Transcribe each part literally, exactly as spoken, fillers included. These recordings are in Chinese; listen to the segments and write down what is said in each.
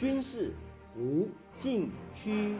军事无禁区。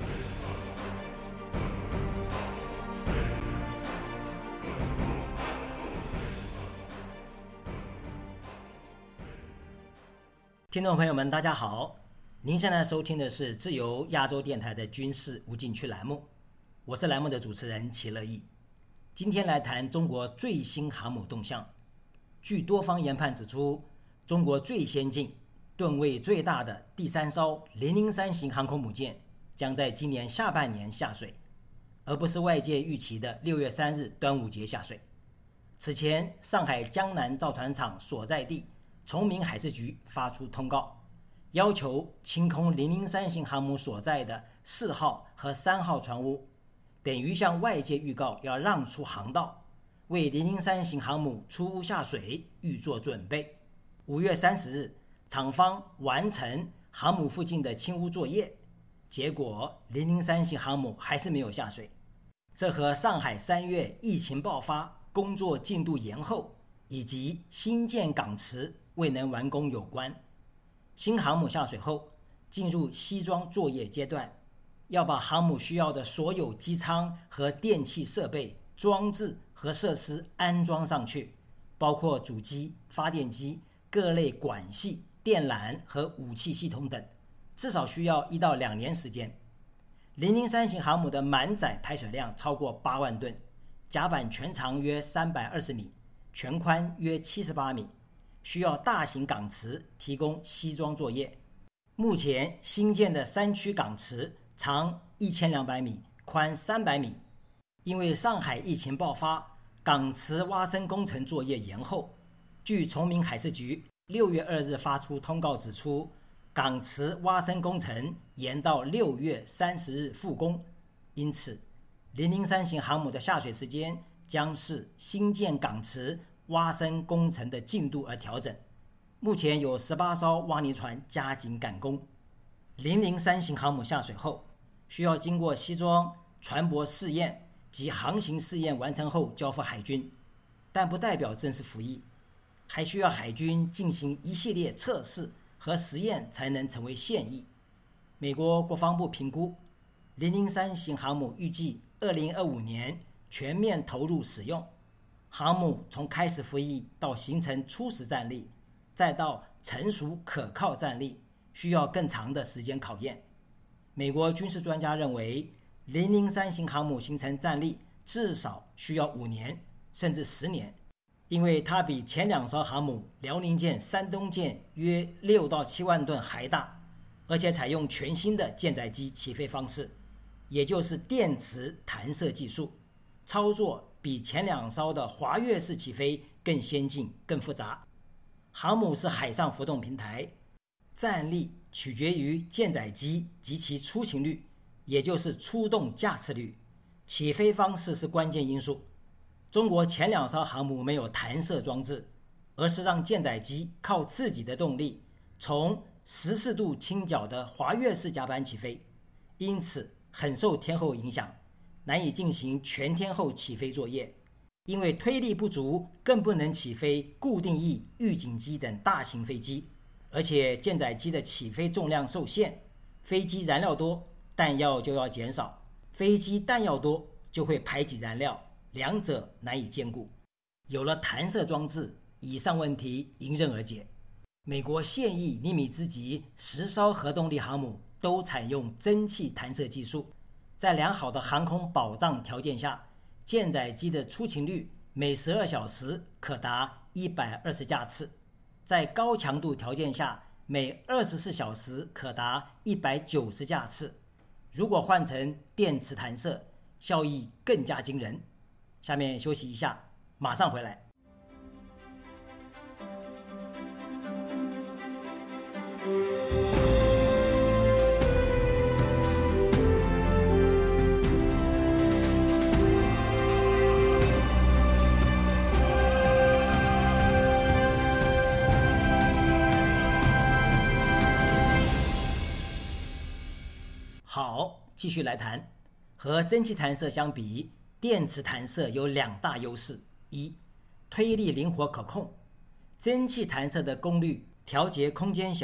听众朋友们大家好，您现在收听的是自由亚洲电台的军事无禁区栏目，我是栏目的主持人齐乐意。今天来谈中国最新航母动向。据多方研判指出，中国最先进、吨位最大的第三艘零零三型航空母舰将在今年下半年下水，而不是外界预期的六月三日端午节下水。此前，上海江南造船厂所在地崇明海事局发出通告，要求清空零零三型航母所在的四号和三号船坞，等于向外界预告要让出航道，为零零三型航母出坞下水预做准备。五月三十日，厂方完成航母附近的清坞作业，结果零零三型航母还是没有下水。这和上海三月疫情爆发、工作进度延后以及新建港池未能完工有关。新航母下水后，进入西装作业阶段，要把航母需要的所有机舱和电气设备、装置和设施安装上去，包括主机、发电机、各类管系、电缆和武器系统等，至少需要一到两年时间。零零三型航母的满载排水量超过八万吨，甲板全长约三百二十米，全宽约七十八米，需要大型港池提供西装作业。目前新建的三区港池长一千两百米，宽三百米。因为上海疫情爆发，港池挖深工程作业延后。据崇明海事局六月二日发出通告指出，港池挖深工程延到六月三十日复工，因此零零三型航母的下水时间将视新建港池挖深工程的进度而调整。目前有十八艘挖泥船加紧赶工。零零三型航母下水后，需要经过西装、船舶试验及航行试验完成后交付海军，但不代表正式服役，还需要海军进行一系列测试和实验才能成为现役。美国国防部评估，零零三型航母预计二零二五年全面投入使用。航母从开始服役到形成初始战力，再到成熟可靠战力，需要更长的时间考验。美国军事专家认为，零零三型航母形成战力至少需要五年甚至十年，因为它比前两艘航母辽宁舰、山东舰约六到七万吨还大，而且采用全新的舰载机起飞方式，也就是电磁弹射技术，操作比前两艘的滑跃式起飞更先进、更复杂。航母是海上浮动平台，战力取决于舰载机及其出勤率，也就是出动架次率，起飞方式是关键因素。中国前两艘航母没有弹射装置，而是让舰载机靠自己的动力从十四度倾角的滑跃式甲板起飞，因此很受天候影响，难以进行全天候起飞作业。因为推力不足，更不能起飞固定翼预警机等大型飞机，而且舰载机的起飞重量受限，飞机燃料多，弹药就要减少，飞机弹药多就会排挤燃料，两者难以兼顾。有了弹射装置，以上问题迎刃而解。美国现役尼米兹级十艘核动力航母都采用蒸汽弹射技术，在良好的航空保障条件下，舰载机的出勤率每十二小时可达一百二十架次，在高强度条件下，每二十四小时可达一百九十架次。如果换成电磁弹射，效益更加惊人。下面休息一下，马上回来。好，继续来谈。和蒸汽弹射相比，电磁弹射有两大优势：一，推力灵活可控，蒸汽弹射的功率调节空间小，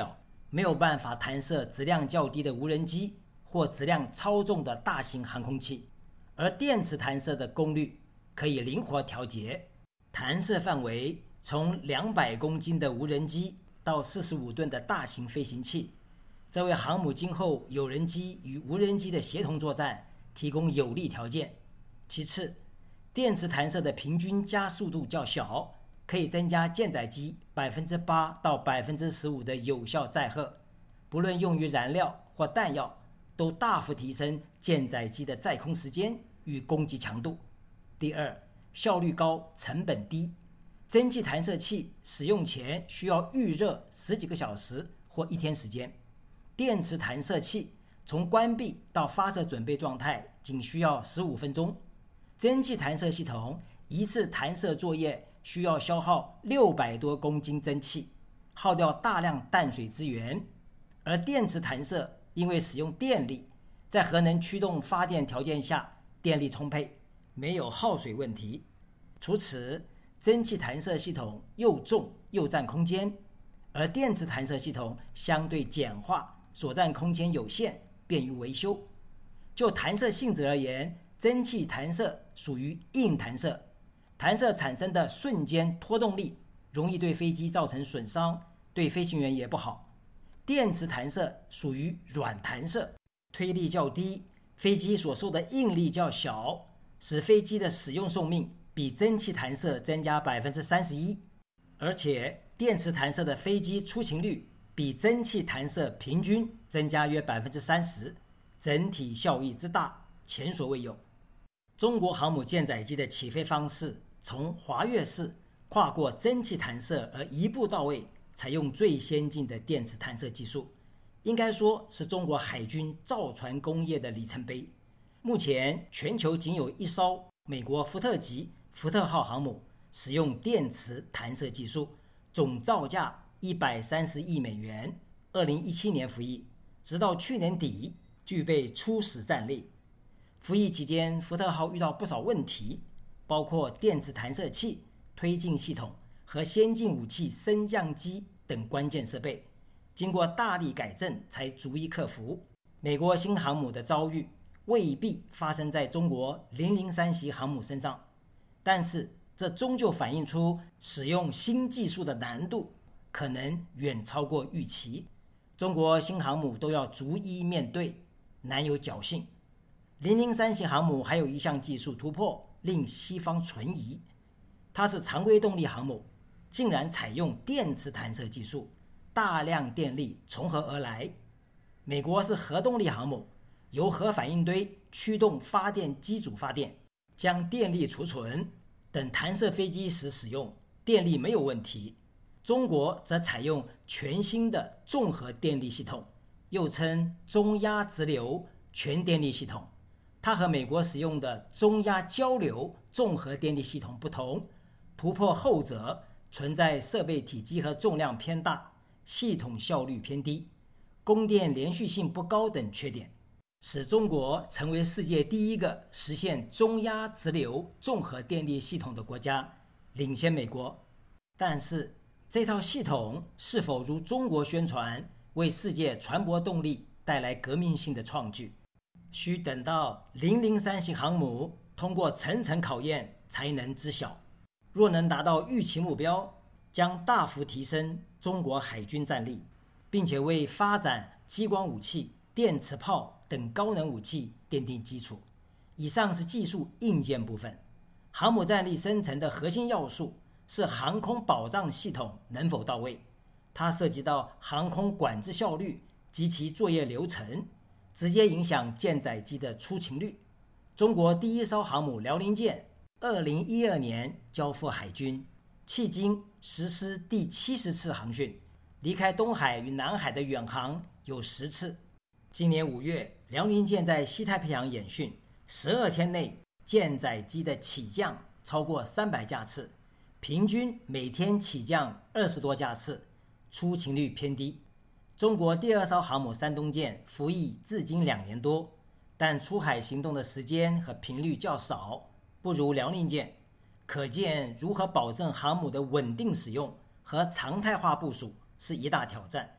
没有办法弹射质量较低的无人机或质量超重的大型航空器，而电磁弹射的功率可以灵活调节，弹射范围从两百公斤的无人机到四十五吨的大型飞行器，这为航母今后有人机与无人机的协同作战提供有利条件。其次，电磁弹射的平均加速度较小，可以增加舰载机百分之八到百分之十五的有效载荷，不论用于燃料或弹药，都大幅提升舰载机的载空时间与攻击强度。第二，效率高，成本低。蒸汽弹射器使用前需要预热十几个小时或一天时间，电磁弹射器从关闭到发射准备状态仅需要十五分钟。蒸汽弹射系统一次弹射作业需要消耗六百多公斤蒸汽，耗掉大量淡水资源。而电磁弹射因为使用电力，在核能驱动发电条件下电力充沛，没有耗水问题。除此，蒸汽弹射系统又重又占空间，而电磁弹射系统相对简化，所占空间有限，便于维修。就弹射性质而言，蒸汽弹射属于硬弹射，弹射产生的瞬间拖动力容易对飞机造成损伤，对飞行员也不好。电磁弹射属于软弹射，推力较低，飞机所受的应力较小，使飞机的使用寿命比蒸汽弹射增加 百分之三十一， 而且电磁弹射的飞机出勤率比蒸汽弹射平均增加约 百分之三十， 整体效益之大前所未有。中国航母舰载机的起飞方式从滑跃式跨过蒸汽弹射而一步到位采用最先进的电磁弹射技术，应该说是中国海军造船工业的里程碑。目前全球仅有一艘美国福特级福特号航母使用电磁弹射技术，总造价一百三十亿美元，二零一七年服役，直到去年底具备初始战力。服役期间，福特号遇到不少问题，包括电磁弹射器、推进系统和先进武器升降机等关键设备，经过大力改正才逐一克服。美国新航母的遭遇未必发生在中国零零三型航母身上，但是这终究反映出使用新技术的难度可能远超过预期，中国新航母都要逐一面对，难有侥幸。零零三型航母还有一项技术突破令西方存疑，它是常规动力航母，竟然采用电磁弹射技术，大量电力从何而来？美国是核动力航母，由核反应堆驱动发电机组发电，将电力储存，等弹射飞机时使用，电力没有问题。中国则采用全新的综合电力系统，又称中压直流全电力系统。它和美国使用的中压交流综合电力系统不同，突破后者存在设备体积和重量偏大、系统效率偏低、供电连续性不高等缺点，使中国成为世界第一个实现中压直流综合电力系统的国家，领先美国。但是这套系统是否如中国宣传，为世界船舶动力带来革命性的创举，需等到零零三型航母通过层层考验才能知晓。若能达到预期目标，将大幅提升中国海军战力，并且为发展激光武器、电磁炮等高能武器奠定基础。以上是技术硬件部分。航母战力生成的核心要素是航空保障系统能否到位，它涉及到航空管制效率及其作业流程，直接影响舰载机的出勤率。中国第一艘航母辽宁舰二零一二年交付海军，迄今实施第七十次航训，离开东海与南海的远航有十次。今年五月，辽宁舰在西太平洋演训，十二天内舰载机的起降超过三百架次，平均每天起降二十多架次，出勤率偏低。中国第二艘航母山东舰服役至今两年多，但出海行动的时间和频率较少，不如辽宁舰，可见如何保证航母的稳定使用和常态化部署是一大挑战。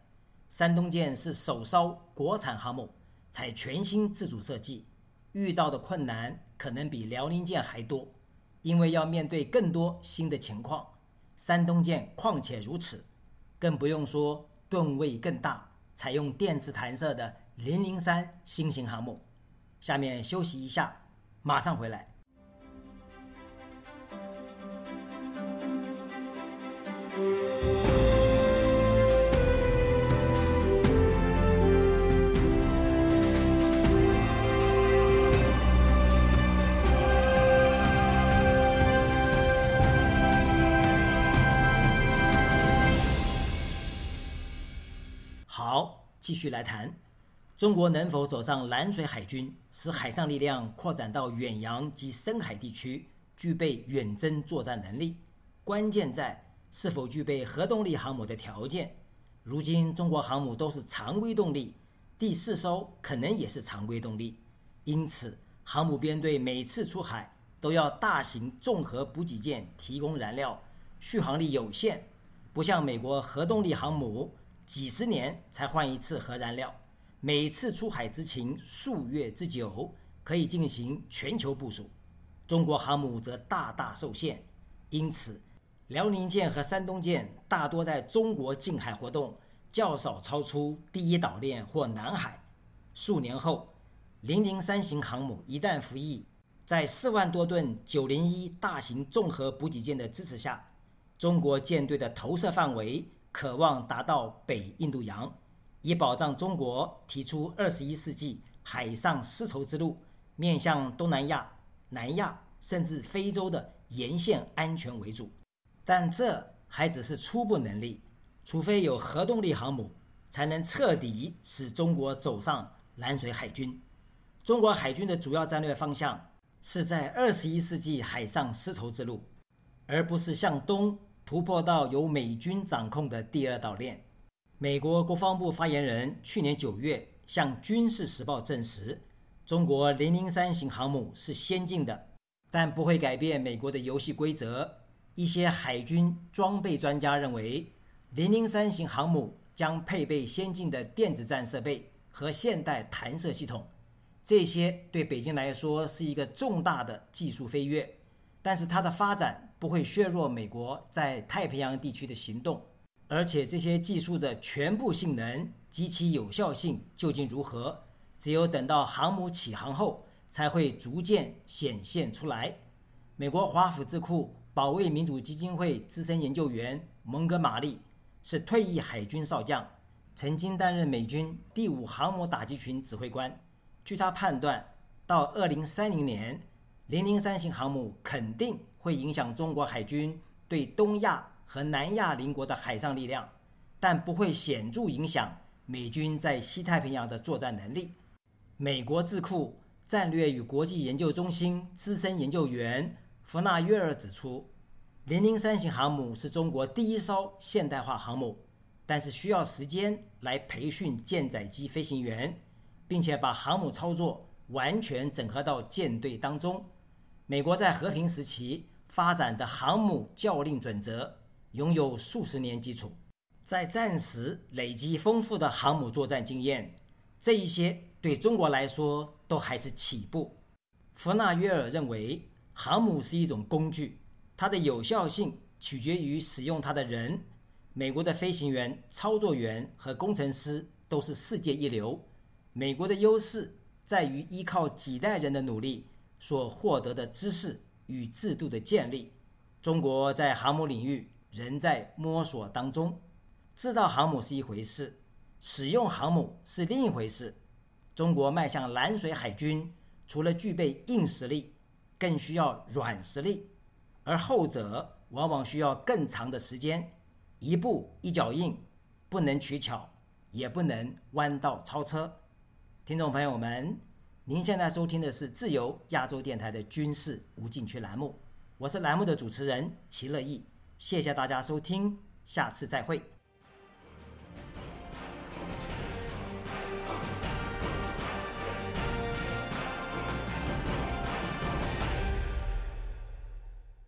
山东舰是首艘国产航母，采全新自主设计，遇到的困难可能比辽宁舰还多，因为要面对更多新的情况。山东舰况且如此，更不用说吨位更大，采用电磁弹射的零零三新型航母。下面休息一下，马上回来。好，继续来谈，中国能否走上蓝水海军，使海上力量扩展到远洋及深海地区，具备远征作战能力？关键在是否具备核动力航母的条件。如今中国航母都是常规动力，第四艘可能也是常规动力，因此航母编队每次出海都要大型综合补给舰提供燃料，续航力有限，不像美国核动力航母几十年才换一次核燃料，每次出海执勤数月之久，可以进行全球部署。中国航母则大大受限，因此辽宁舰和山东舰大多在中国近海活动，较少超出第一岛链或南海。数年后，零零三型航母一旦服役，在四万多吨九零一大型综合补给舰的支持下，中国舰队的投射范围可望达到北印度洋，以保障中国提出二十一世纪海上丝绸之路面向东南亚、南亚甚至非洲的沿线安全为主。但这还只是初步能力，除非有核动力航母，才能彻底使中国走上蓝水海军。中国海军的主要战略方向是在二十一世纪海上丝绸之路，而不是向东突破到由美军掌控的第二岛链。美国国防部发言人去年九月向《军事时报》证实，中国零零三型航母是先进的，但不会改变美国的游戏规则。一些海军装备专家认为，零零三型航母将配备先进的电子战设备和现代弹射系统，这些对北京来说是一个重大的技术飞跃，但是它的发展不会削弱美国在太平洋地区的行动，而且这些技术的全部性能及其有效性究竟如何，只有等到航母起航后才会逐渐显现出来。美国华府智库保卫民主基金会资深研究员蒙哥马利是退役海军少将，曾经担任美军第五航母打击群指挥官。据他判断，到二零三零年，零零三型航母肯定会影响中国海军对东亚和南亚邻国的海上力量，但不会显著影响美军在西太平洋的作战能力。美国智库战略与国际研究中心资深研究员弗纳约尔指出，零零三型航母是中国第一艘现代化航母，但是需要时间来培训舰载机飞行员，并且把航母操作完全整合到舰队当中。美国在和平时期发展的航母教令准则拥有数十年基础，在战时累积丰富的航母作战经验，这一些对中国来说都还是起步。弗纳约尔认为，航母是一种工具，它的有效性取决于使用它的人。美国的飞行员、操作员和工程师都是世界一流。美国的优势在于依靠几代人的努力所获得的知识与制度的建立。中国在航母领域仍在摸索当中。制造航母是一回事，使用航母是另一回事。中国迈向蓝水海军，除了具备硬实力，更需要软实力，而后者往往需要更长的时间，一步一脚印，不能取巧，也不能弯道超车。听众朋友们，您现在收听的是自由亚洲电台的军事无禁区栏目，我是栏目的主持人齐乐意，谢谢大家收听，下次再会。